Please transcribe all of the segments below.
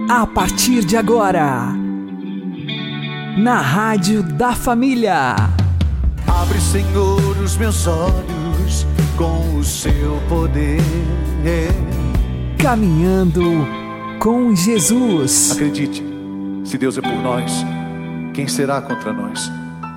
A partir de agora, na Rádio da Família. Abre, Senhor, os meus olhos com o seu poder. Caminhando com Jesus. Acredite, se Deus é por nós, quem será contra nós?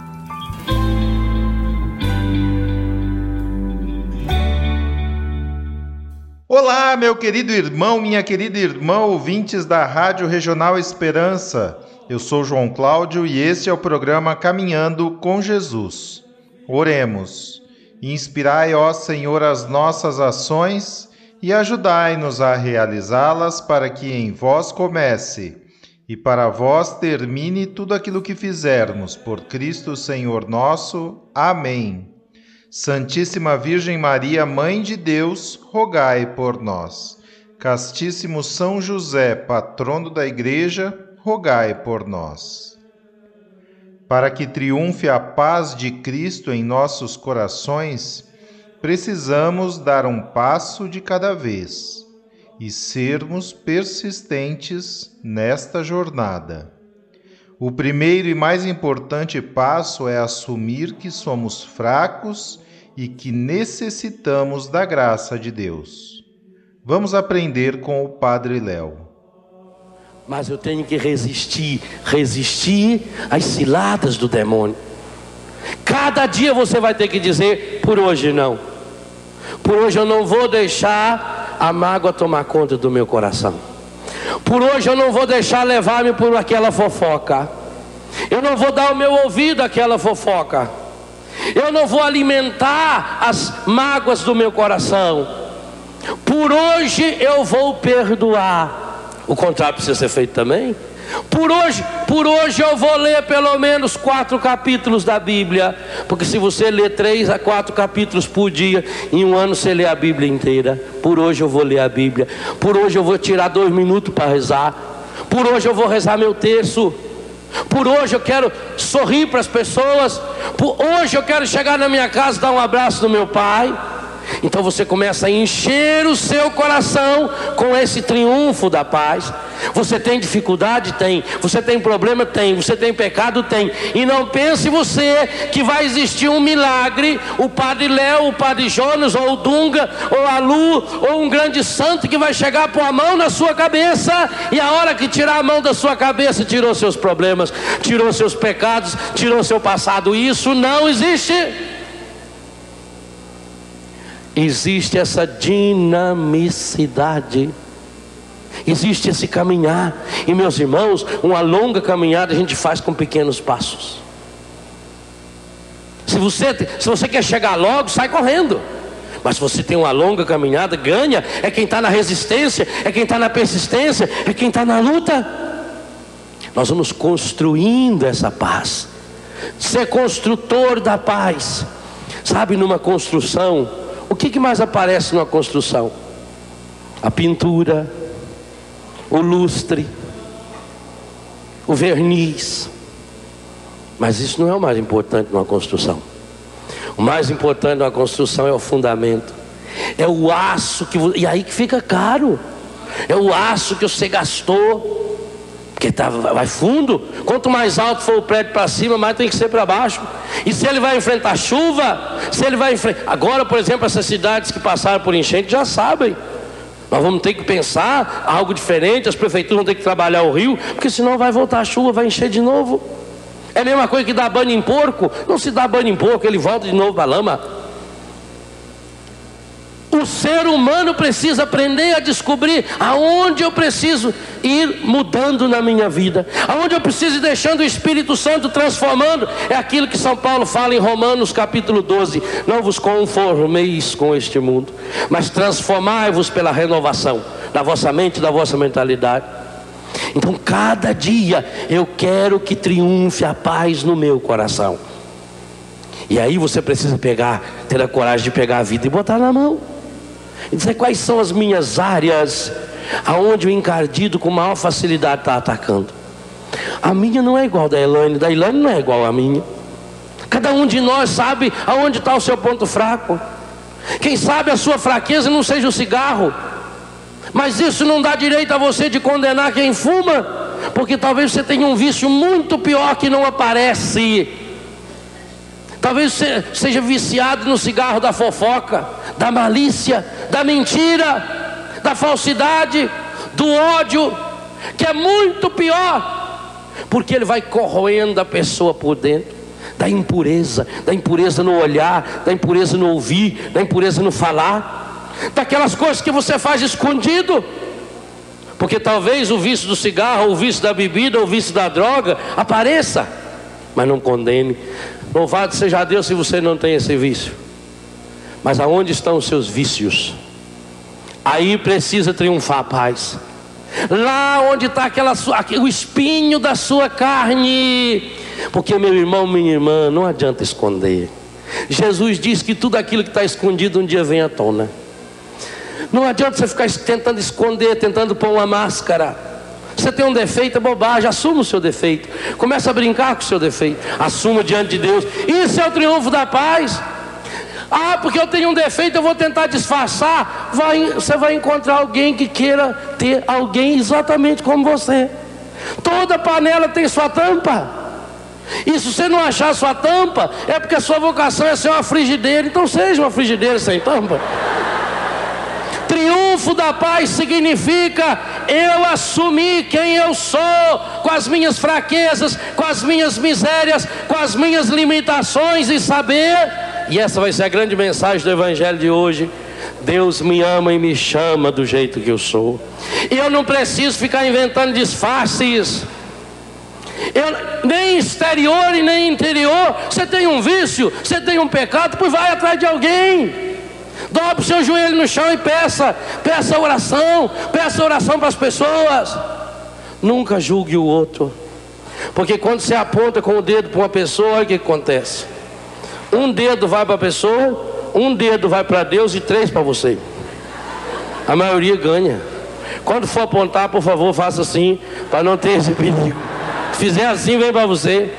Olá, meu querido irmão, minha querida irmã, ouvintes da Rádio Regional Esperança. Eu sou João Cláudio e este é o programa Caminhando com Jesus. Oremos. Inspirai, ó Senhor, as nossas ações e ajudai-nos a realizá-las para que em vós comece e para vós termine tudo aquilo que fizermos. Por Cristo Senhor nosso. Amém. Santíssima Virgem Maria, Mãe de Deus, rogai por nós. Castíssimo São José, patrono da Igreja, rogai por nós. Para que triunfe a paz de Cristo em nossos corações, precisamos dar um passo de cada vez e sermos persistentes nesta jornada. O primeiro e mais importante passo é assumir que somos fracos e que necessitamos da graça de Deus. Vamos aprender com o Padre Léo. Mas eu tenho que resistir às ciladas do demônio. Cada dia você vai ter que dizer: por hoje não. Por hoje eu não vou deixar a mágoa tomar conta do meu coração. Por hoje eu não vou deixar levar-me por aquela fofoca. Eu não vou dar o meu ouvido àquela fofoca. Eu não vou alimentar as mágoas do meu coração. Por hoje eu vou perdoar. O contrário precisa ser feito também. Por hoje eu vou ler pelo menos 4 capítulos da Bíblia. Porque se você ler 3 a 4 capítulos por dia, em um ano você lê a Bíblia inteira. Por hoje eu vou ler a Bíblia. Por hoje eu vou tirar 2 minutos para rezar. Por hoje eu vou rezar meu terço. Por hoje eu quero sorrir para as pessoas. Por hoje eu quero chegar na minha casa e dar um abraço no meu pai. Então você começa a encher o seu coração com esse triunfo da paz. Você tem dificuldade? Tem. Você tem problema? Tem. Você tem pecado? Tem. E não pense você que vai existir um milagre. O Padre Léo, o Padre Jonas, ou o Dunga, ou a Lu, ou um grande santo que vai chegar pôr a mão na sua cabeça, e a hora que tirar a mão da sua cabeça, tirou seus problemas, tirou seus pecados, tirou seu passado. Isso não existe. Existe essa dinamicidade, existe esse caminhar. E meus irmãos, uma longa caminhada a gente faz com pequenos passos. Se você quer chegar logo, sai correndo. Mas se você tem uma longa caminhada, ganha. É quem está na resistência, é quem está na persistência, é quem está na luta. Nós vamos construindo essa paz. Ser construtor da paz. Sabe, numa construção, o que mais aparece numa construção? A pintura, o lustre, o verniz. Mas isso não é o mais importante numa construção. O mais importante numa construção é o fundamento. É o aço e aí que fica caro. É o aço que você gastou. Porque vai fundo. Quanto mais alto for o prédio para cima, mais tem que ser para baixo. E se ele vai enfrentar chuva, agora, por exemplo, essas cidades que passaram por enchente já sabem. Nós vamos ter que pensar algo diferente. As prefeituras vão ter que trabalhar o rio, porque senão vai voltar a chuva, vai encher de novo. É a mesma coisa que dar banho em porco. Não se dá banho em porco, ele volta de novo para a lama. O ser humano precisa aprender a descobrir aonde eu preciso ir mudando na minha vida, aonde eu preciso ir deixando o Espírito Santo transformando. É aquilo que São Paulo fala em Romanos capítulo 12: não vos conformeis com este mundo, mas transformai-vos pela renovação da vossa mente, da vossa mentalidade. Então cada dia eu quero que triunfe a paz no meu coração. E aí você precisa ter a coragem de pegar a vida e botar na mão e dizer: quais são as minhas áreas aonde o encardido com maior facilidade está atacando. A minha não é igual da Elaine não é igual a minha. Cada um de nós sabe aonde está o seu ponto fraco. Quem sabe a sua fraqueza não seja o cigarro, Mas isso não dá direito a você de condenar quem fuma, porque talvez você tenha um vício muito pior que não aparece. Talvez você seja viciado no cigarro da fofoca, da malícia, da mentira, da falsidade, do ódio, que é muito pior, porque ele vai corroendo a pessoa por dentro, da impureza no olhar, da impureza no ouvir, da impureza no falar, daquelas coisas que você faz escondido, porque talvez o vício do cigarro, o vício da bebida, o vício da droga apareça, mas não condene. Louvado seja Deus se você não tem esse vício. Mas aonde estão os seus vícios? Aí precisa triunfar, paz. Lá onde está o espinho da sua carne. Porque, meu irmão, minha irmã, não adianta esconder. Jesus diz que tudo aquilo que está escondido um dia vem à tona. Não adianta você ficar tentando esconder, tentando pôr uma máscara. Você tem um defeito, é bobagem. Assuma o seu defeito. Começa a brincar com o seu defeito. Assuma diante de Deus. Isso é o triunfo da paz. Ah, porque eu tenho um defeito, eu vou tentar disfarçar. Você vai encontrar alguém que queira ter alguém exatamente como você. Toda panela tem sua tampa. E se você não achar sua tampa, é porque a sua vocação é ser uma frigideira. Então seja uma frigideira sem tampa. Triunfo da paz significa eu assumir quem eu sou, com as minhas fraquezas, com as minhas misérias, com as minhas limitações, e saber, e essa vai ser a grande mensagem do evangelho de hoje: Deus me ama e me chama do jeito que eu sou. Eu não preciso ficar inventando disfarces, nem exterior e nem interior. Você tem um vício, você tem um pecado, pois vai atrás de alguém. Dobre o seu joelho no chão e peça oração para as pessoas. Nunca julgue o outro, porque quando você aponta com o dedo para uma pessoa, olha o que acontece: um dedo vai para a pessoa, um dedo vai para Deus e 3 para você. A maioria ganha. Quando for apontar, por favor, faça assim, para não ter esse perigo. Se fizer assim, vem para você.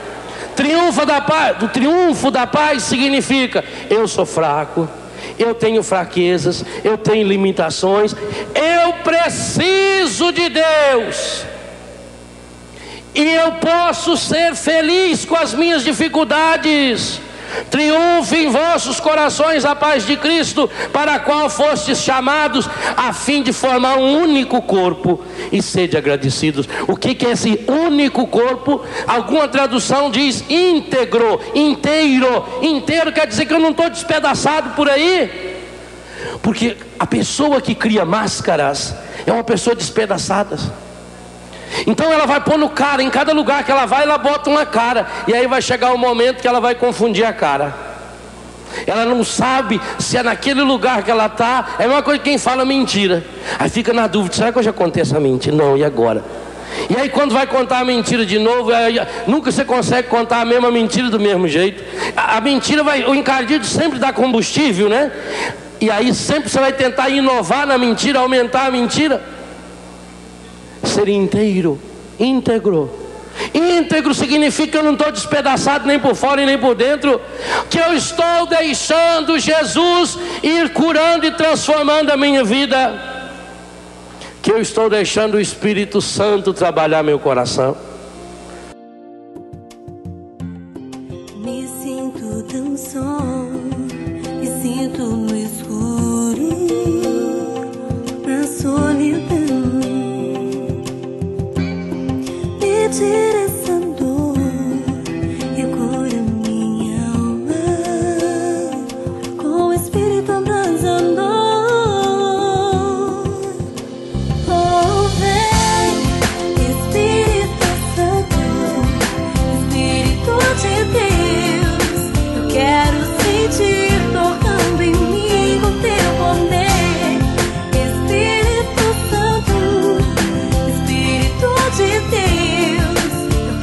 O triunfo da paz significa: eu sou fraco, eu tenho fraquezas, eu tenho limitações, eu preciso de Deus, e eu posso ser feliz com as minhas dificuldades. Triunfe em vossos corações a paz de Cristo, para a qual fostes chamados, a fim de formar um único corpo, e sede agradecidos. O que é esse único corpo? Alguma tradução diz íntegro, inteiro quer dizer que eu não estou despedaçado por aí, porque a pessoa que cria máscaras é uma pessoa despedaçada. Então ela vai pondo cara, em cada lugar que ela vai, ela bota uma cara, e aí vai chegar o momento que ela vai confundir a cara. Ela não sabe se é naquele lugar que ela está. É a mesma coisa que quem fala mentira. Aí fica na dúvida: será que eu já contei essa mentira? Não, e agora? E aí quando vai contar a mentira de novo, nunca você consegue contar a mesma mentira do mesmo jeito. A mentira o encardido sempre dá combustível, né? E aí sempre você vai tentar inovar na mentira, aumentar a mentira. Ser íntegro significa que eu não estou despedaçado nem por fora e nem por dentro, que eu estou deixando Jesus ir curando e transformando a minha vida, que eu estou deixando o Espírito Santo trabalhar meu coração. Me sinto tão só, me sinto no escuro, na solidão. Tira essa dor e cura minha alma com o Espírito abrasador. Oh, vem, Espírito Santo, Espírito de Deus, eu quero sentir tocando em mim com teu poder. Espírito Santo, Espírito de Deus,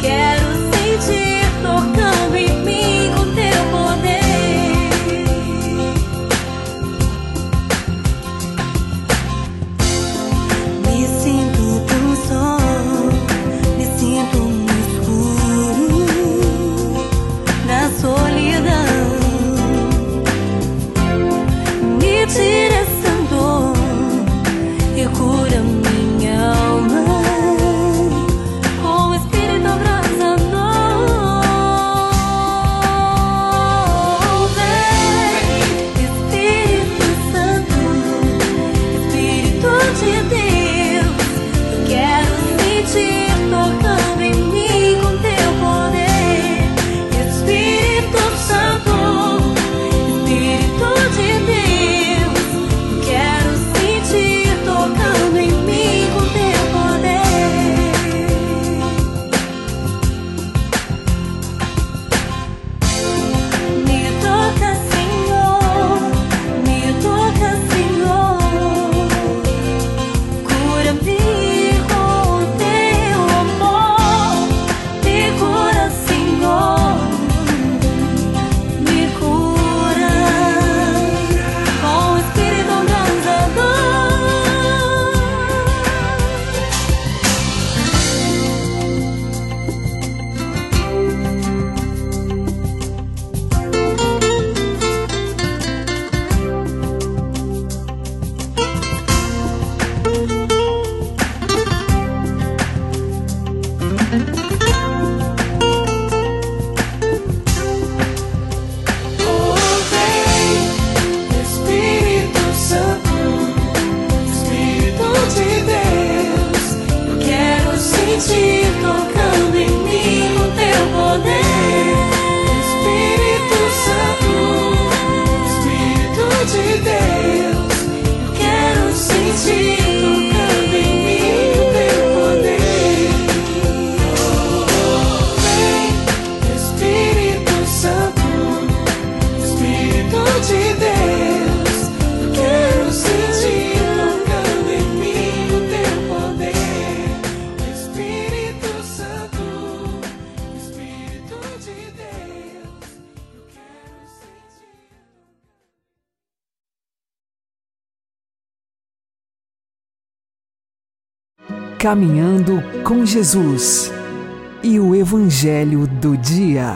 Caminhando com Jesus e o Evangelho do Dia.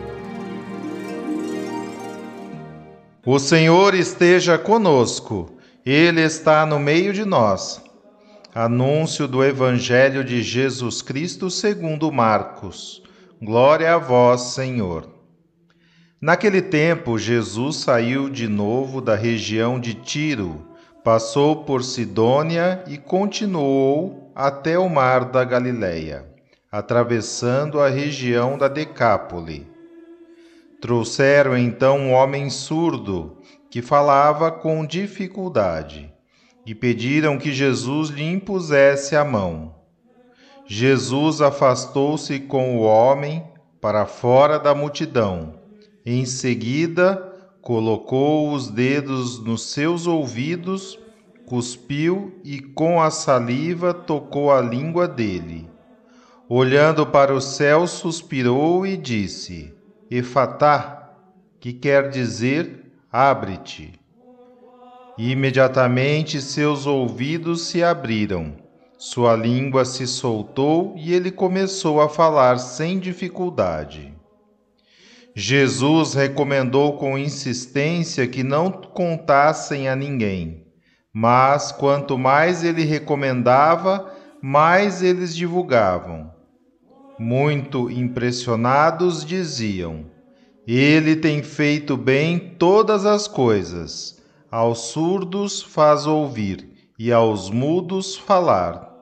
O Senhor esteja conosco, Ele está no meio de nós. Anúncio do Evangelho de Jesus Cristo segundo Marcos. Glória a vós, Senhor. Naquele tempo, Jesus saiu de novo da região de Tiro, passou por Sidônia e continuou até o mar da Galileia, atravessando a região da Decápole. Trouxeram então um homem surdo, que falava com dificuldade, e pediram que Jesus lhe impusesse a mão. Jesus afastou-se com o homem para fora da multidão. Em seguida, colocou os dedos nos seus ouvidos, cuspiu e com a saliva tocou a língua dele. Olhando para o céu, suspirou e disse: Efatá, que quer dizer, abre-te. E imediatamente seus ouvidos se abriram, sua língua se soltou e ele começou a falar sem dificuldade. Jesus recomendou com insistência que não contassem a ninguém, mas quanto mais ele recomendava, mais eles divulgavam. Muito impressionados diziam: Ele tem feito bem todas as coisas, aos surdos faz ouvir e aos mudos falar.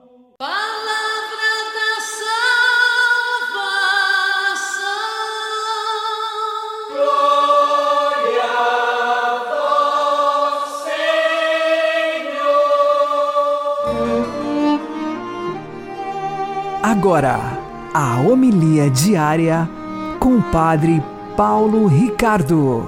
Agora, a homilia diária com o Padre Paulo Ricardo.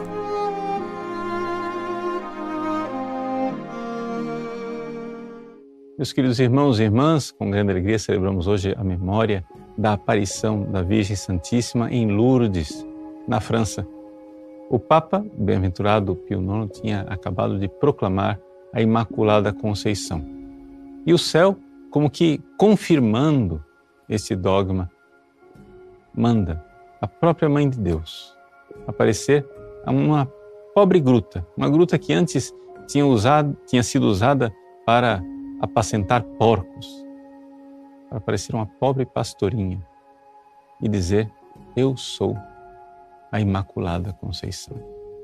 Meus queridos irmãos e irmãs, com grande alegria celebramos hoje a memória da aparição da Virgem Santíssima em Lourdes, na França. O Papa, bem-aventurado Pio IX, tinha acabado de proclamar a Imaculada Conceição. E o céu, como que confirmando esse dogma, manda a própria Mãe de Deus aparecer a uma pobre gruta, uma gruta que antes tinha sido usada para apacentar porcos, para aparecer uma pobre pastorinha e dizer: eu sou a Imaculada Conceição.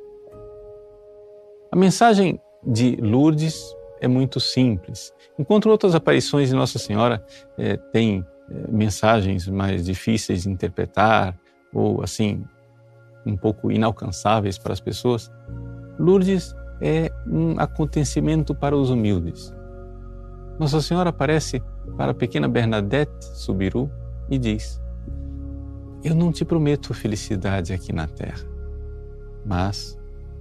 A mensagem de Lourdes é muito simples. Enquanto outras aparições de Nossa Senhora têm mensagens mais difíceis de interpretar ou assim um pouco inalcançáveis para as pessoas, Lourdes é um acontecimento para os humildes. Nossa Senhora aparece para a pequena Bernadette Soubirous e diz: eu não te prometo felicidade aqui na terra, mas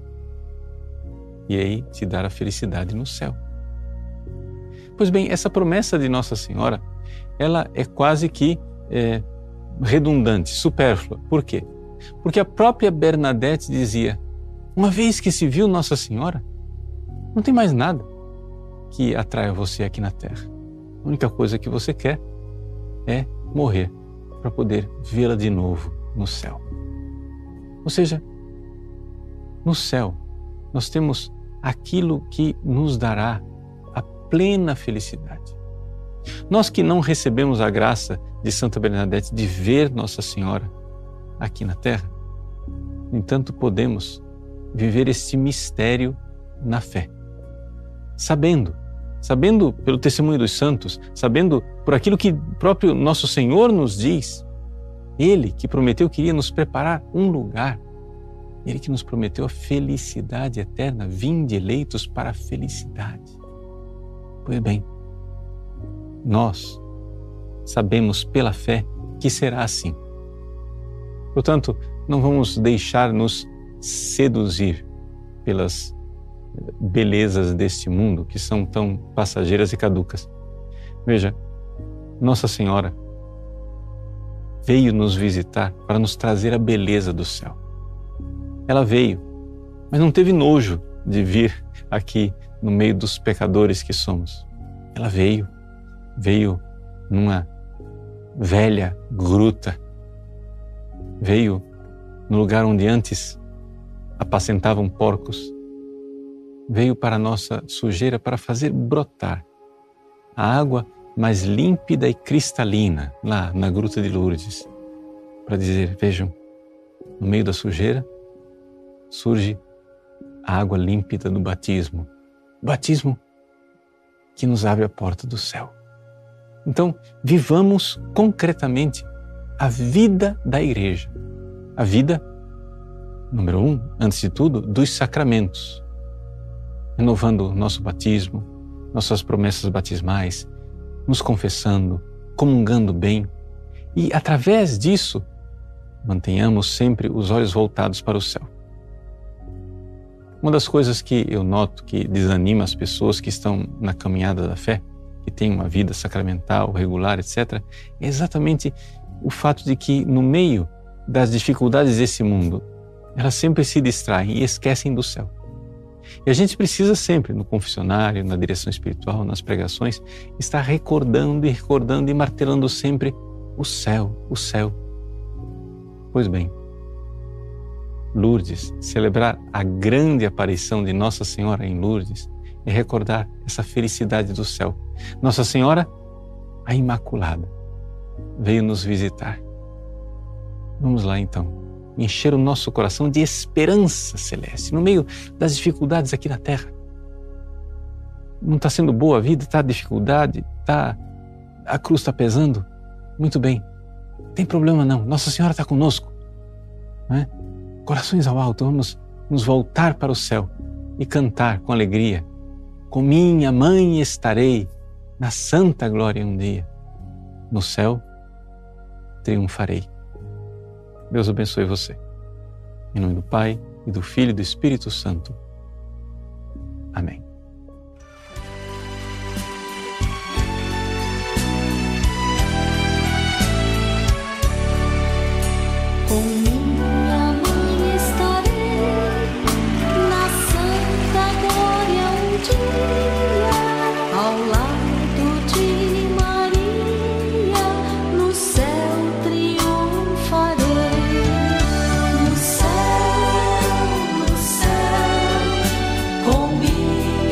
irei te dar a felicidade no céu. Pois bem, essa promessa de Nossa Senhora, ela é quase que redundante, supérflua. Por quê? Porque a própria Bernadette dizia: uma vez que se viu Nossa Senhora, não tem mais nada que atraia você aqui na terra. A única coisa que você quer é morrer para poder vê-la de novo no céu. Ou seja, no céu nós temos aquilo que nos dará a plena felicidade. Nós que não recebemos a graça de Santa Bernadette de ver Nossa Senhora aqui na terra, no entanto, podemos viver este mistério na fé, sabendo pelo testemunho dos santos, sabendo por aquilo que próprio nosso Senhor nos diz, Ele que prometeu que iria nos preparar um lugar, Ele que nos prometeu a felicidade eterna, vinde eleitos para a felicidade. Pois bem, nós sabemos pela fé que será assim. Portanto, não vamos deixar-nos seduzir pelas belezas deste mundo que são tão passageiras e caducas. Veja, Nossa Senhora veio nos visitar para nos trazer a beleza do céu. Ela veio, mas não teve nojo de vir aqui no meio dos pecadores que somos. Ela veio numa velha gruta. Veio no lugar onde antes apacentavam porcos. Veio para a nossa sujeira para fazer brotar a água mais límpida e cristalina lá na Gruta de Lourdes. Para dizer, vejam, no meio da sujeira surge a água límpida do batismo. O batismo que nos abre a porta do céu. Então, vivamos concretamente a vida da igreja. A vida, número 1, antes de tudo, dos sacramentos. Renovando nosso batismo, nossas promessas batismais, nos confessando, comungando bem. E, através disso, mantenhamos sempre os olhos voltados para o céu. Uma das coisas que eu noto que desanima as pessoas que estão na caminhada da fé, que têm uma vida sacramental, regular, etc., é exatamente o fato de que, no meio das dificuldades desse mundo, elas sempre se distraem e esquecem do céu. E a gente precisa sempre, no confessionário, na direção espiritual, nas pregações, estar recordando e martelando sempre o céu, o céu. Pois bem, Lourdes, celebrar a grande aparição de Nossa Senhora em Lourdes é recordar essa felicidade do céu. Nossa Senhora, a Imaculada, veio nos visitar. Vamos lá então, encher o nosso coração de esperança celeste, no meio das dificuldades aqui na Terra. Não está sendo boa a vida, está a dificuldade, a cruz está pesando? Muito bem, não tem problema não, Nossa Senhora está conosco. Não é? Corações ao alto, vamos nos voltar para o céu e cantar com alegria. Com minha mãe estarei, na santa glória um dia. No céu triunfarei. Deus abençoe você. Em nome do Pai, e do Filho e do Espírito Santo. Amém. Com minha mãe estarei, na santa glória um dia, ao lado de Maria, no céu triunfarei. No céu, com minha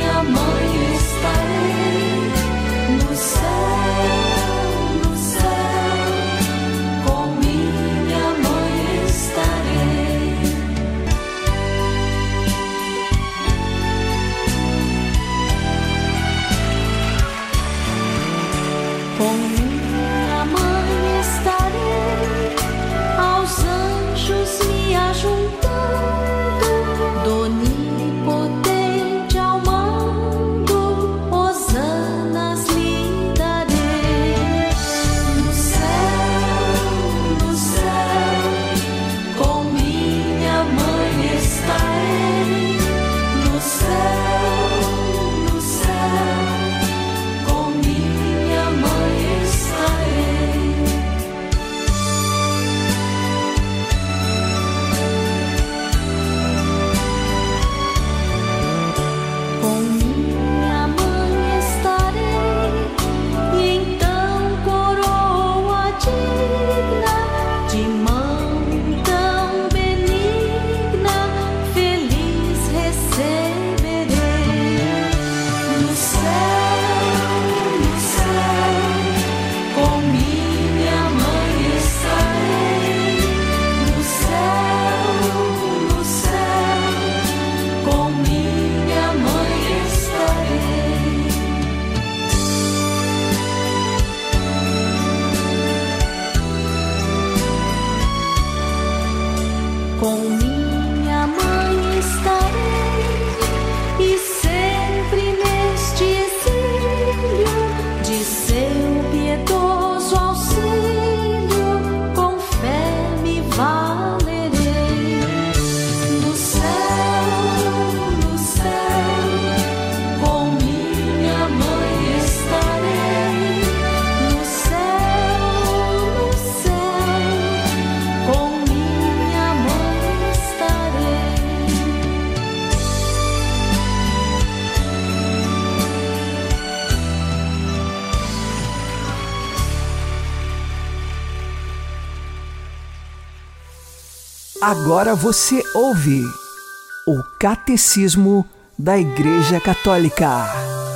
Agora você ouve o Catecismo da Igreja Católica.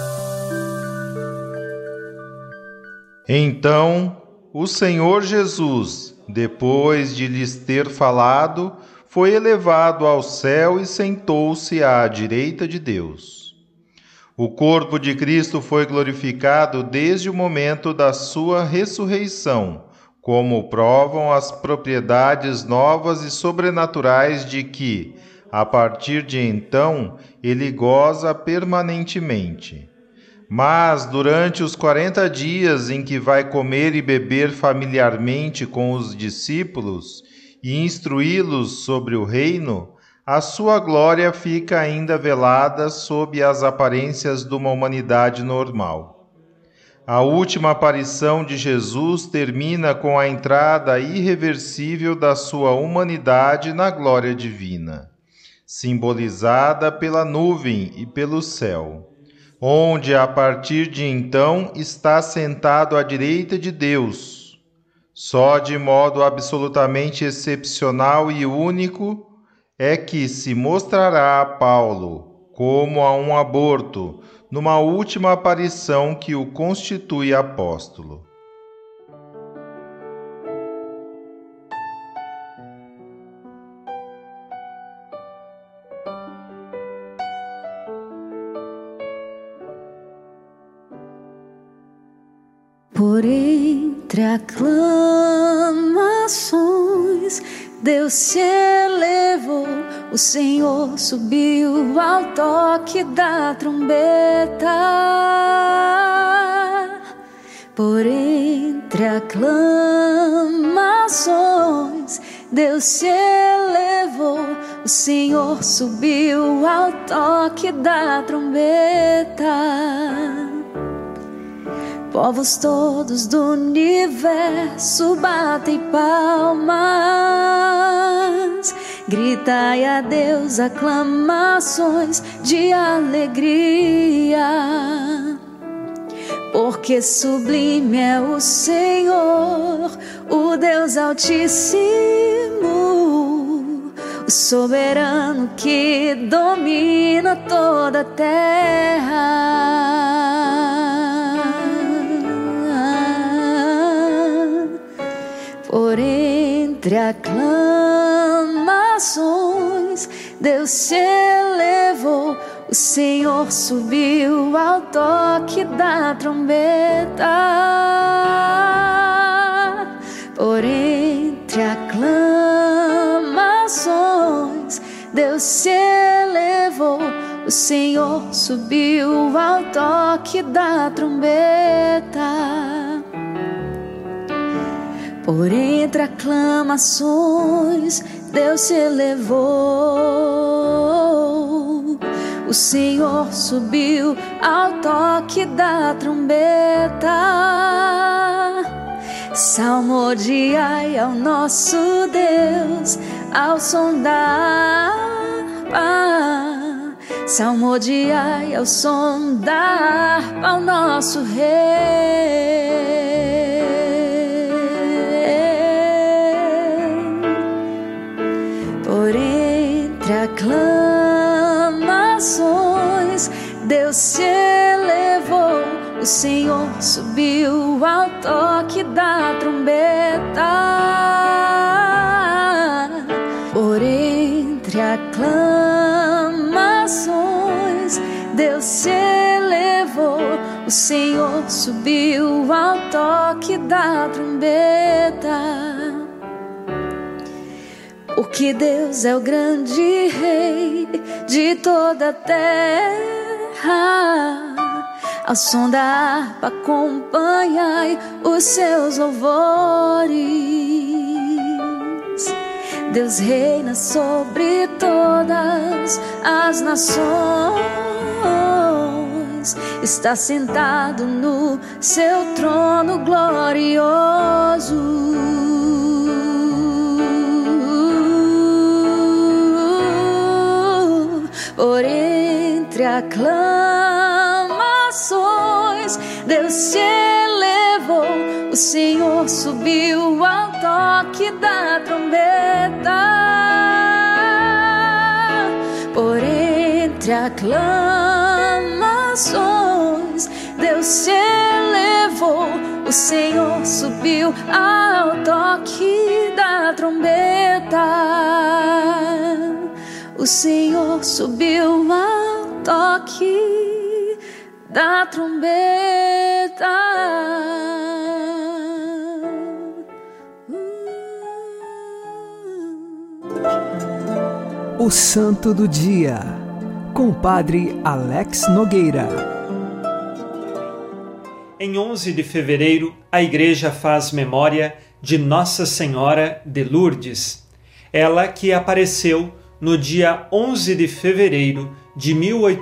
Então, o Senhor Jesus, depois de lhes ter falado, foi elevado ao céu e sentou-se à direita de Deus. O corpo de Cristo foi glorificado desde o momento da sua ressurreição, como provam as propriedades novas e sobrenaturais de que, a partir de então, ele goza permanentemente. Mas, durante os 40 dias em que vai comer e beber familiarmente com os discípulos e instruí-los sobre o reino, a sua glória fica ainda velada sob as aparências de uma humanidade normal. A última aparição de Jesus termina com a entrada irreversível da sua humanidade na glória divina, simbolizada pela nuvem e pelo céu, onde a partir de então está sentado à direita de Deus. Só de modo absolutamente excepcional e único é que se mostrará a Paulo como a um aborto, numa última aparição que o constitui apóstolo. Por entre aclamações, Deus se elevou, o Senhor subiu ao toque da trombeta. Por entre aclamações, Deus se elevou, o Senhor subiu ao toque da trombeta. Povos todos do universo batem palmas, gritai a Deus aclamações de alegria, porque sublime é o Senhor, o Deus Altíssimo, o soberano que domina toda a terra. Por entre aclamações, Deus se elevou, o Senhor subiu ao toque da trombeta. Por entre aclamações, Deus se elevou, o Senhor subiu ao toque da trombeta. Por entre aclamações, Deus se elevou, o Senhor subiu ao toque da trombeta. Salmodiai ao nosso Deus, ao som da harpa. Salmodiai ao som da harpa, ao nosso Rei. Por entre aclamações, Deus se elevou, o Senhor subiu ao toque da trombeta. Por entre aclamações, Deus se elevou, o Senhor subiu ao toque da trombeta. Porque Deus é o grande Rei de toda a terra. Ao som da harpa acompanhai os seus louvores. Deus reina sobre todas as nações, está sentado no seu trono glorioso. Por entre aclamações, Deus se elevou, o Senhor subiu ao toque da trombeta. Por entre aclamações, Deus se elevou, o Senhor subiu ao toque da trombeta. O Senhor subiu ao toque da trombeta. O Santo do Dia, com o Padre Alex Nogueira. Em 11 de fevereiro, a Igreja faz memória de Nossa Senhora de Lourdes, ela que apareceu no dia 11 de fevereiro de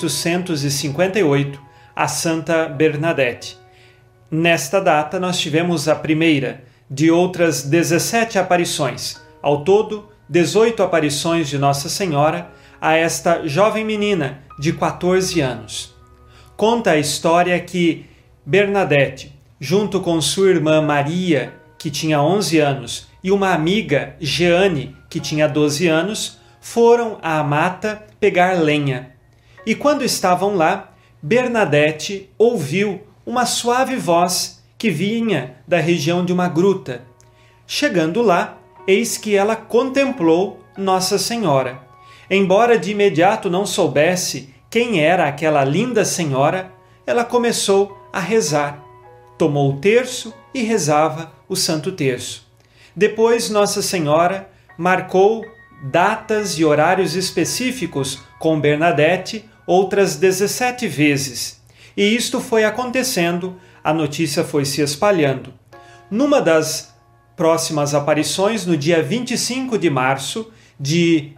1858 a Santa Bernadette. Nesta data, nós tivemos a primeira de outras 17 aparições. Ao todo, 18 aparições de Nossa Senhora a esta jovem menina de 14 anos. Conta a história que Bernadette, junto com sua irmã Maria, que tinha 11 anos, e uma amiga, Jeane, que tinha 12 anos, foram à mata pegar lenha. E quando estavam lá, Bernadette ouviu uma suave voz que vinha da região de uma gruta. Chegando lá, eis que ela contemplou Nossa Senhora. Embora de imediato não soubesse quem era aquela linda senhora, ela começou a rezar. Tomou o terço e rezava o Santo Terço. Depois Nossa Senhora marcou datas e horários específicos com Bernadette outras 17 vezes. E isto foi acontecendo, a notícia foi se espalhando. Numa das próximas aparições, no dia 25 de março de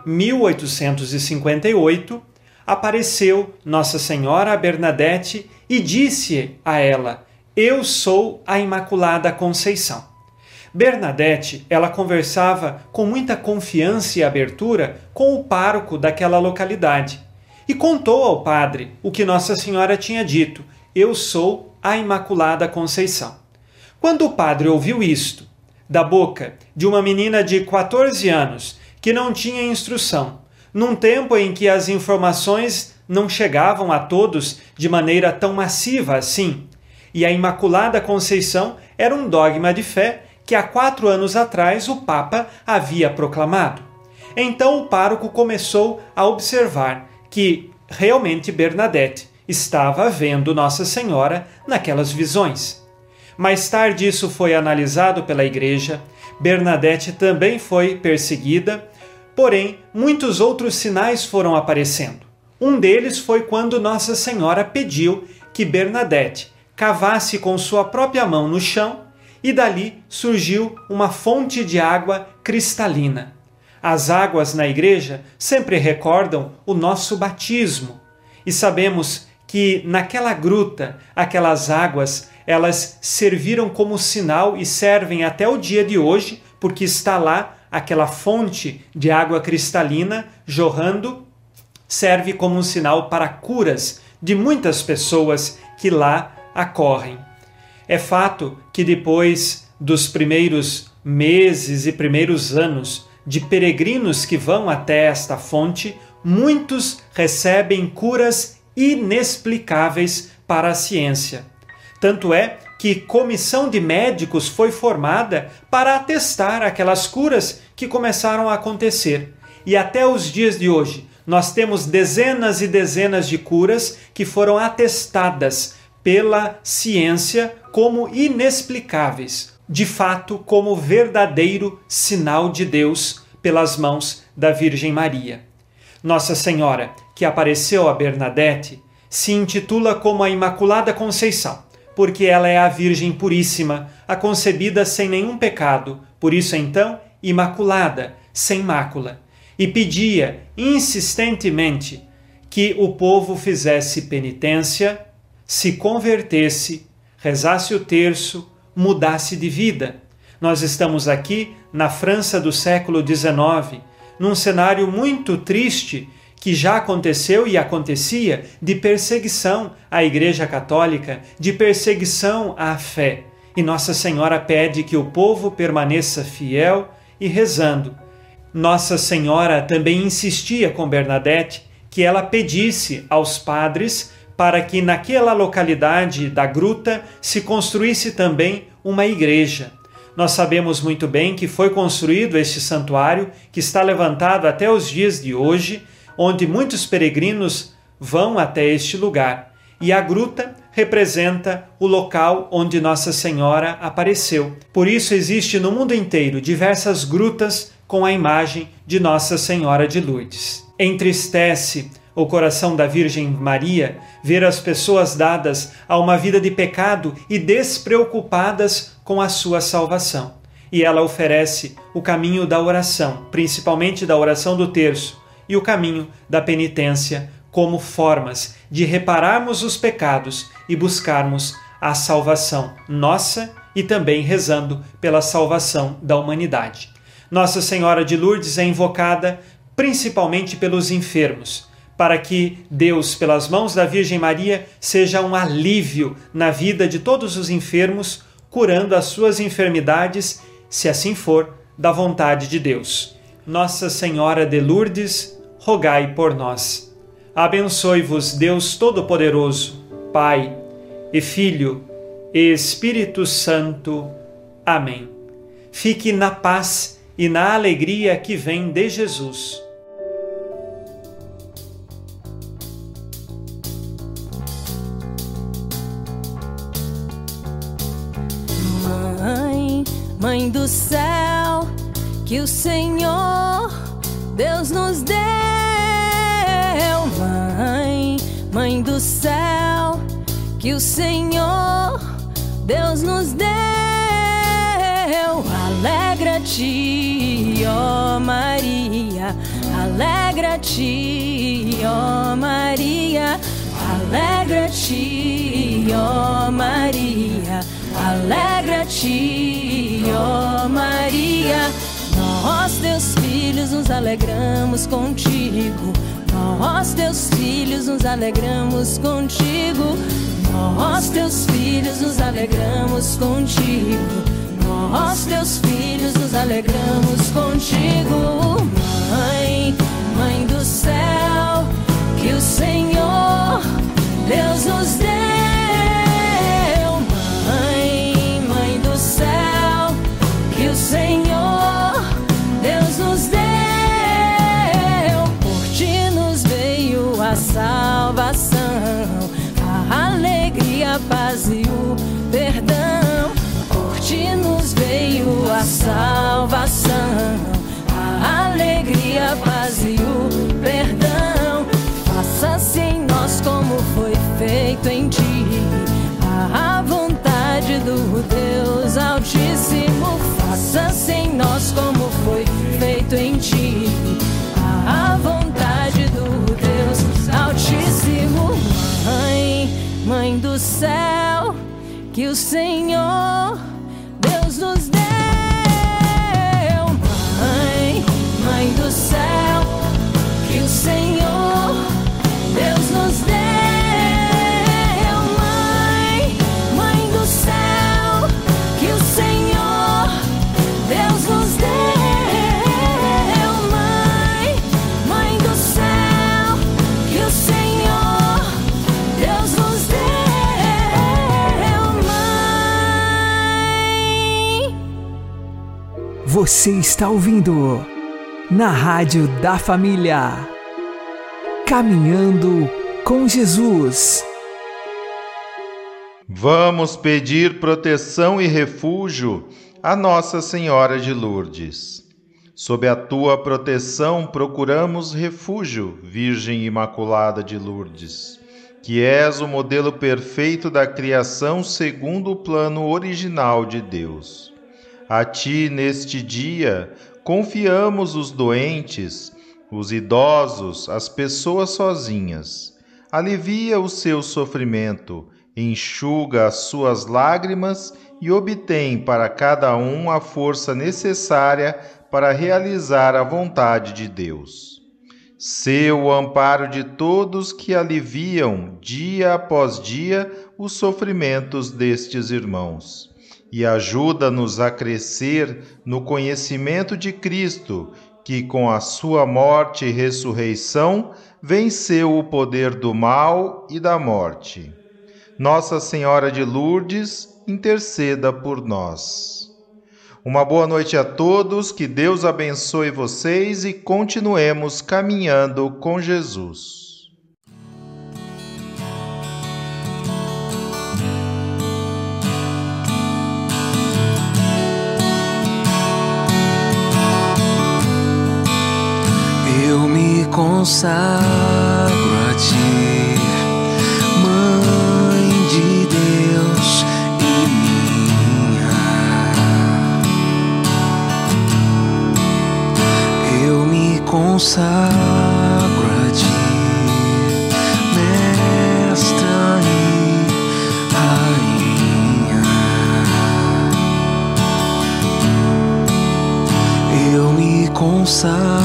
1858, apareceu Nossa Senhora a Bernadette e disse a ela: "Eu sou a Imaculada Conceição." Bernadette, ela conversava com muita confiança e abertura com o pároco daquela localidade e contou ao padre o que Nossa Senhora tinha dito: "Eu sou a Imaculada Conceição." Quando o padre ouviu isto, da boca de uma menina de 14 anos que não tinha instrução, num tempo em que as informações não chegavam a todos de maneira tão massiva assim, e a Imaculada Conceição era um dogma de fé que há 4 anos atrás o Papa havia proclamado. Então o pároco começou a observar que realmente Bernadette estava vendo Nossa Senhora naquelas visões. Mais tarde isso foi analisado pela Igreja. Bernadette também foi perseguida, porém muitos outros sinais foram aparecendo. Um deles foi quando Nossa Senhora pediu que Bernadette cavasse com sua própria mão no chão e dali surgiu uma fonte de água cristalina. As águas na Igreja sempre recordam o nosso batismo e sabemos que naquela gruta, aquelas águas, elas serviram como sinal e servem até o dia de hoje, porque está lá aquela fonte de água cristalina jorrando, serve como um sinal para curas de muitas pessoas que lá acorrem. É fato que depois dos primeiros meses e primeiros anos de peregrinos que vão até esta fonte, muitos recebem curas inexplicáveis para a ciência. Tanto é que comissão de médicos foi formada para atestar aquelas curas que começaram a acontecer. E até os dias de hoje, nós temos dezenas e dezenas de curas que foram atestadas pela ciência como inexplicáveis, de fato como verdadeiro sinal de Deus pelas mãos da Virgem Maria. Nossa Senhora, que apareceu a Bernadette, se intitula como a Imaculada Conceição, porque ela é a Virgem Puríssima, a concebida sem nenhum pecado, por isso então, Imaculada, sem mácula, e pedia insistentemente que o povo fizesse penitência, se convertesse, rezasse o terço, mudasse de vida. Nós estamos aqui na França do século XIX, num cenário muito triste que já aconteceu e acontecia de perseguição à Igreja Católica, de perseguição à fé. e Nossa Senhora pede que o povo permaneça fiel e rezando. Nossa Senhora também insistia com Bernadette que ela pedisse aos padres para que naquela localidade da gruta se construísse também uma igreja. Nós sabemos muito bem que foi construído este santuário, que está levantado até os dias de hoje, onde muitos peregrinos vão até este lugar. E a gruta representa o local onde Nossa Senhora apareceu. Por isso existe no mundo inteiro diversas grutas com a imagem de Nossa Senhora de Lourdes. Entristece o coração da Virgem Maria ver as pessoas dadas a uma vida de pecado e despreocupadas com a sua salvação. E ela oferece o caminho da oração, principalmente da oração do terço, e o caminho da penitência como formas de repararmos os pecados e buscarmos a salvação nossa e também rezando pela salvação da humanidade. Nossa Senhora de Lourdes é invocada principalmente pelos enfermos, para que Deus, pelas mãos da Virgem Maria, seja um alívio na vida de todos os enfermos, curando as suas enfermidades, se assim for, da vontade de Deus. Nossa Senhora de Lourdes, rogai por nós. Abençoe-vos Deus Todo-Poderoso, Pai e Filho e Espírito Santo. Amém. Fique na paz e na alegria que vem de Jesus. Mãe do céu, que o Senhor Deus nos deu. Mãe do céu, que o Senhor Deus nos deu. Alegra-te, ó Maria, alegra-te, ó Maria, alegra-te, ó Maria, alegra-te, ó Maria. Nós, teus filhos, nos alegramos contigo. Nós, teus filhos, nos alegramos contigo. Nós, teus filhos, nos alegramos contigo. Nós, teus filhos, nos alegramos contigo. Mãe do céu, que o Senhor Deus nos deu. Mãe do céu, que o Senhor Deus nos deu. Por ti nos veio a salvação, a alegria, a paz e o perdão. Por ti nos veio a salvação, a alegria, a paz e o perdão. Faça-se em nós como foi feito em ti, a vontade do Deus Altíssimo. Faça-se em nós como foi feito em ti, a vontade do Deus Altíssimo. Mãe do céu, que o Senhor Deus nos deu. Mãe do céu, que o Senhor Deus nos deu. Mãe do céu, que o Senhor Deus nos deu. Mãe do céu, que o Senhor Deus nos deu. Você está ouvindo na Rádio da Família, Caminhando com Jesus. Vamos pedir proteção e refúgio a Nossa Senhora de Lourdes. Sob a tua proteção procuramos refúgio, Virgem Imaculada de Lourdes, que és o modelo perfeito da criação segundo o plano original de Deus. A ti, neste dia, confiamos os doentes, os idosos, as pessoas sozinhas. Alivia o seu sofrimento, enxuga as suas lágrimas e obtém para cada um a força necessária para realizar a vontade de Deus. Sê o amparo de todos que aliviam, dia após dia, os sofrimentos destes irmãos. e ajuda-nos a crescer no conhecimento de Cristo, que com a sua morte e ressurreição venceu o poder do mal e da morte. Nossa Senhora de Lourdes, interceda por nós. Uma boa noite a todos, que Deus abençoe vocês e continuemos caminhando com Jesus. Eu me consagro a Ti, Mãe de Deus e minha. Eu me consagro a Ti, Mestra e Rainha. Eu me consagro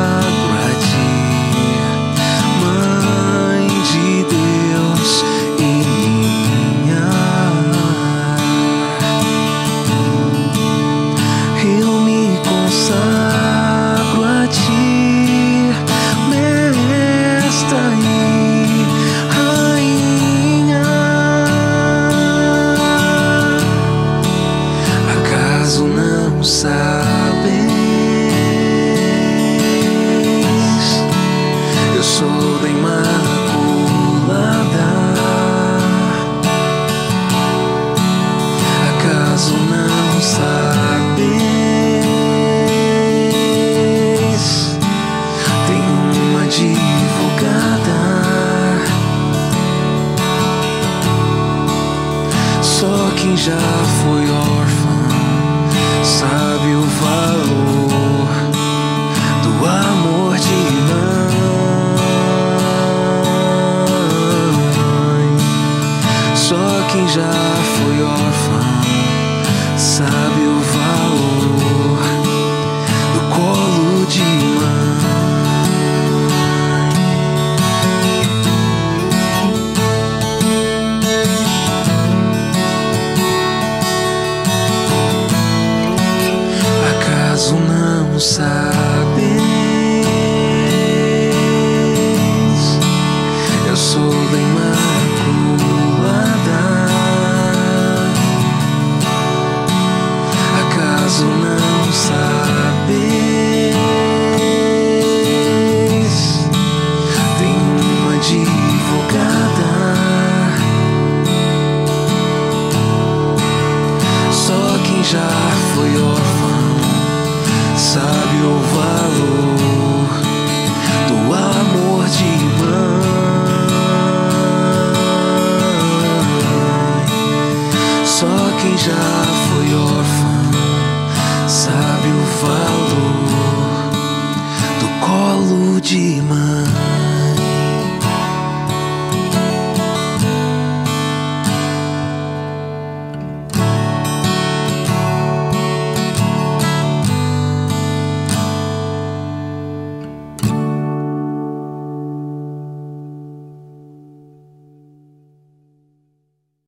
já foi órfã, sabe o valor do amor de mãe. Só quem já foi órfã sabe o valor do colo de mãe. Não sabeis, eu sou da Imaculada. Acaso não sabeis, tem uma advogada. Só quem já foi órfão sabe o valor do amor de mãe. Só quem já foi órfão sabe o valor do colo de mãe.